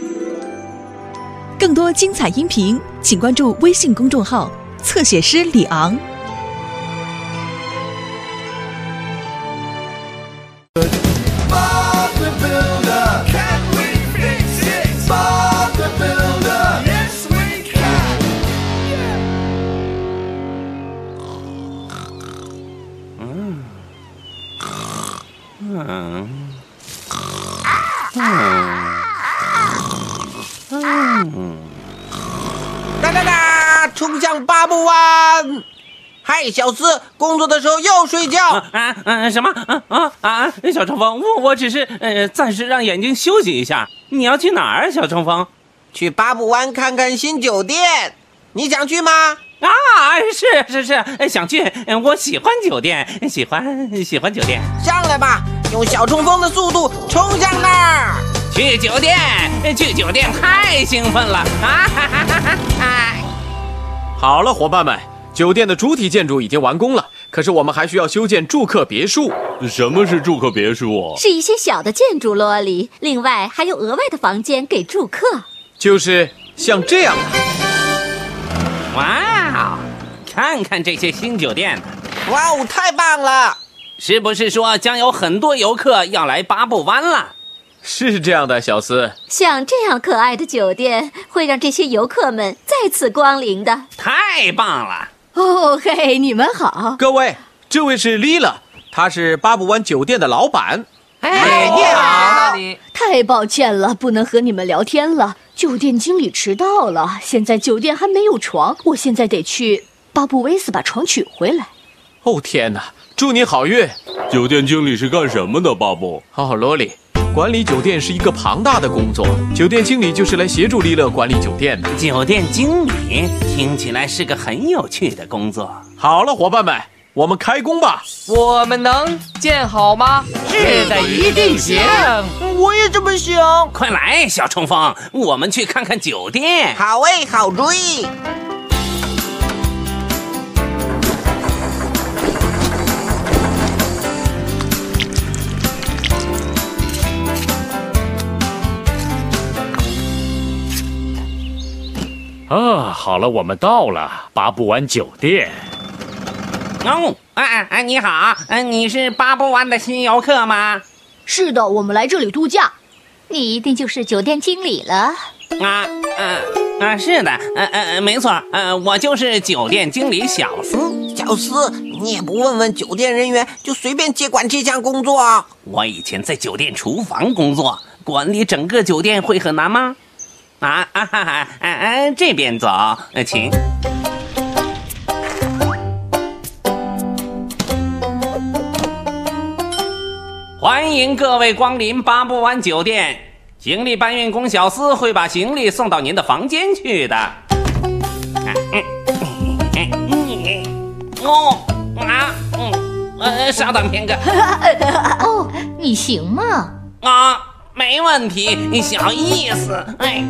更多精彩音频，请关注微信公众号“侧写师李昂”。 哒！冲向巴布湾！嗨，小斯，工作的时候又睡觉什么？小冲锋，我只是暂时让眼睛休息一下。你要去哪儿，小冲锋？ 去巴布湾看看新酒店，你想去吗？ 是，想去。我喜欢酒店，喜欢酒店。 上来吧，用小冲锋的速度冲向那儿。 去酒店太兴奋了好了，伙伴们，酒店的主体建筑已经完工了，可是我们还需要修建住客别墅。 什么是住客别墅啊？ 是一些小的建筑，罗里。另外还有额外的房间给住客， 就是像这样的。 哇，看看这些新酒店！ 哇哦，太棒了！ 是不是说将有很多游客要来巴布湾了？ 是这样的，小斯。 像这样可爱的酒店会让这些游客们再次光临的。 太棒了！ 哦嘿，你们好。 各位，这位是莉拉，她是巴布湾酒店的老板。 你好。 太抱歉了，不能和你们聊天了。酒店经理迟到了，现在酒店还没有床，我现在得去巴布威斯把床取回来。 哦天哪，祝你好运。 酒店经理是干什么的，巴布？ 罗里，管理酒店是一个庞大的工作，酒店经理就是来协助利勒管理酒店的。 酒店经理听起来是个很有趣的工作。 好了，伙伴们，我们开工吧。 我们能建好吗？是的，一定行。 我也这么想。 快来，小冲锋，我们去看看酒店。 好诶，好主意。 好了，我们到了巴布湾酒店。 你好，你是巴布湾的新游客吗？ 是的，我们来这里度假。 你一定就是酒店经理了。 是的，没错，我就是酒店经理小斯。 小斯，你也不问问酒店人员，就随便接管这项工作？ 我以前在酒店厨房工作，管理整个酒店会很难吗？这边走，请。欢迎各位光临巴布湾酒店，行李搬运工小斯会把行李送到您的房间去的。稍等片刻。 你行吗？ 没问题，小意思。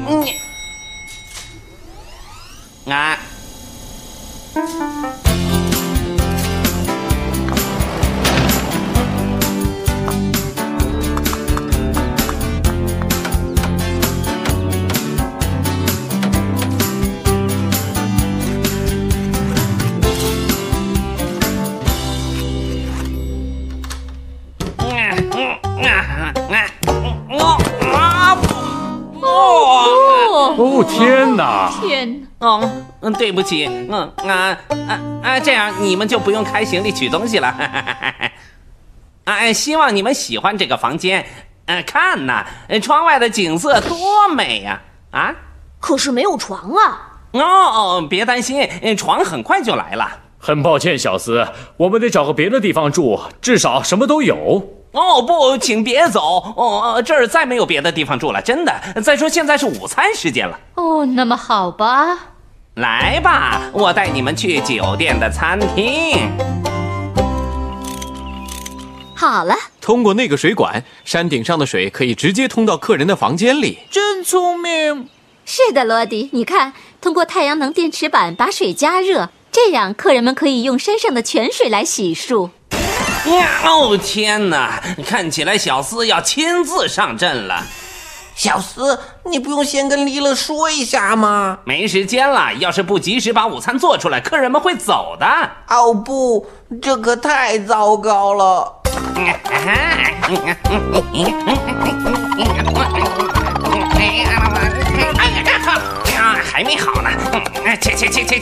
天哪！ 对不起，这样你们就不用开行李取东西了。希望你们喜欢这个房间。看呐，窗外的景色多美呀！ 可是没有床啊。 别担心，床很快就来了。 很抱歉，小斯，我们得找个别的地方住，至少什么都有。 不，请别走。这儿再没有别的地方住了，真的。再说现在是午餐时间了。 那么好吧。 来吧，我带你们去酒店的餐厅。 好了， 通过那个水管，山顶上的水可以直接通到客人的房间里。 真聪明。 是的，罗迪，你看，通过太阳能电池板把水加热，这样客人们可以用山上的泉水来洗漱。 天哪，看起来小斯要亲自上阵了。 小斯，你不用先跟利勒说一下吗？ 没时间了，要是不及时把午餐做出来，客人们会走的。 哦不，这可太糟糕了。 还没好呢，切！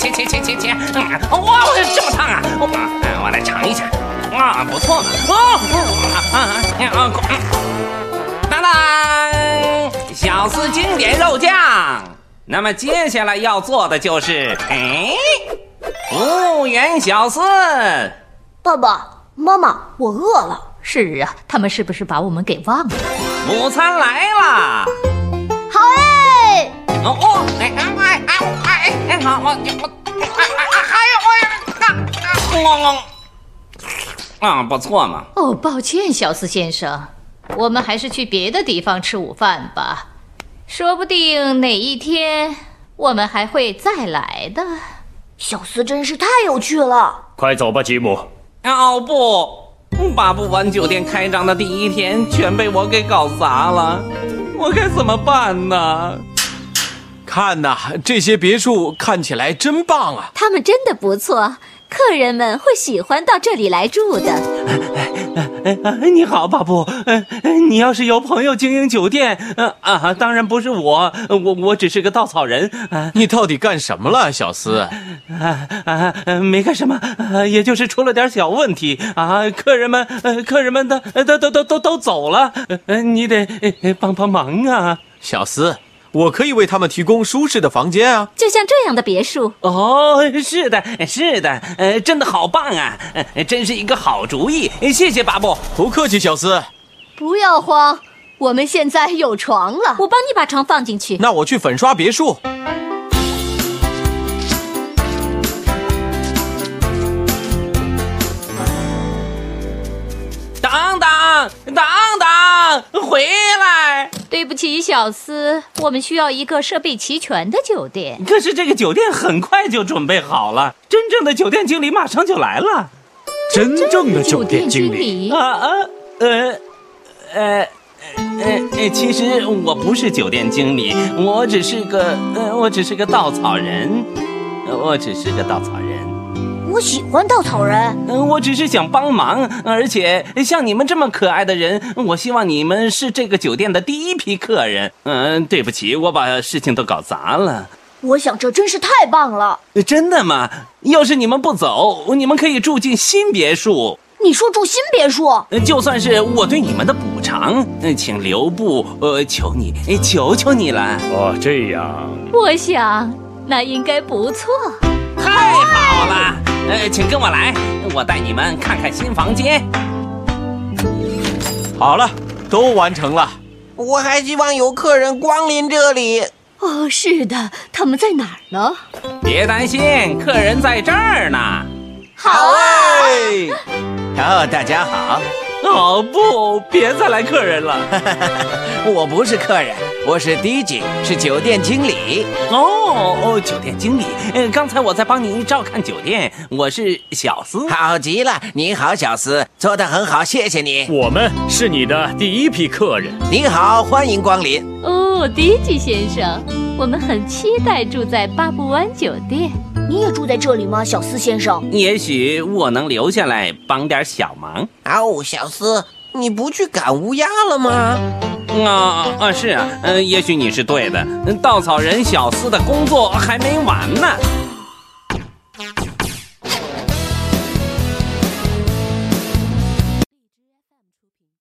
哇，这么烫啊！我来尝一下，啊，不错嘛。当当，小斯经典肉酱。那么接下来要做的就是，服务员小斯。 爸爸妈妈，我饿了。 是啊，他们是不是把我们给忘了？ 午餐来了。 好哎！ 好，不错嘛。 哦，抱歉，小斯先生，我们还是去别的地方吃午饭吧。说不定哪一天我们还会再来的。 小斯真是太有趣了。 快走吧，吉姆。 哦不，巴布湾酒店开张的第一天全被我给搞砸了，我该怎么办呢？ 看呐，这些别墅看起来真棒啊！ 他们真的不错，客人们会喜欢到这里来住的。 你好，巴布。你要是有朋友经营酒店，当然不是我只是个稻草人。 你到底干什么了，小斯？ 没干什么，也就是出了点小问题啊。客人们都走了，你得帮忙啊， 小斯。我可以为他们提供舒适的房间啊， 就像这样的别墅。 哦，是的，真的好棒啊，真是一个好主意，谢谢巴布。 不客气，小斯。 不要慌，我们现在有床了， 我帮你把床放进去。 那我去粉刷别墅。 等，回来！ 对不起，小斯，我们需要一个设备齐全的酒店。 可是这个酒店很快就准备好了，真正的酒店经理马上就来了。 真正的酒店经理？ 其实我不是酒店经理，我只是个稻草人。 我喜欢稻草人。 我只是想帮忙，而且像你们这么可爱的人，我希望你们是这个酒店的第一批客人。对不起，我把事情都搞砸了。 我想这真是太棒了。 真的吗？要是你们不走，你们可以住进新别墅。 你说住新别墅？ 就算是我对你们的补偿，请留步，求你了。 哦，这样。 我想那应该不错。 太好了，请跟我来，我带你们看看新房间。 好了，都完成了。 我还希望有客人光临这里。 哦，是的，他们在哪儿呢？ 别担心，客人在这儿呢。 好啊！ 大家好。 哦不，别再来客人了。 我不是客人，我是 DJ， 是酒店经理。 酒店经理。刚才我在帮你照看酒店，我是小斯。 好极了，你好，小斯，做得很好，谢谢你。 我们是你的第一批客人。 你好，欢迎光临。 哦，迪吉先生，我们很期待住在巴布湾酒店。 你也住在这里吗，小斯先生？ 也许我能留下来帮点小忙。 小斯，你不去赶乌鸦了吗？ 是啊，也许你是对的。稻草人小斯的工作还没完呢。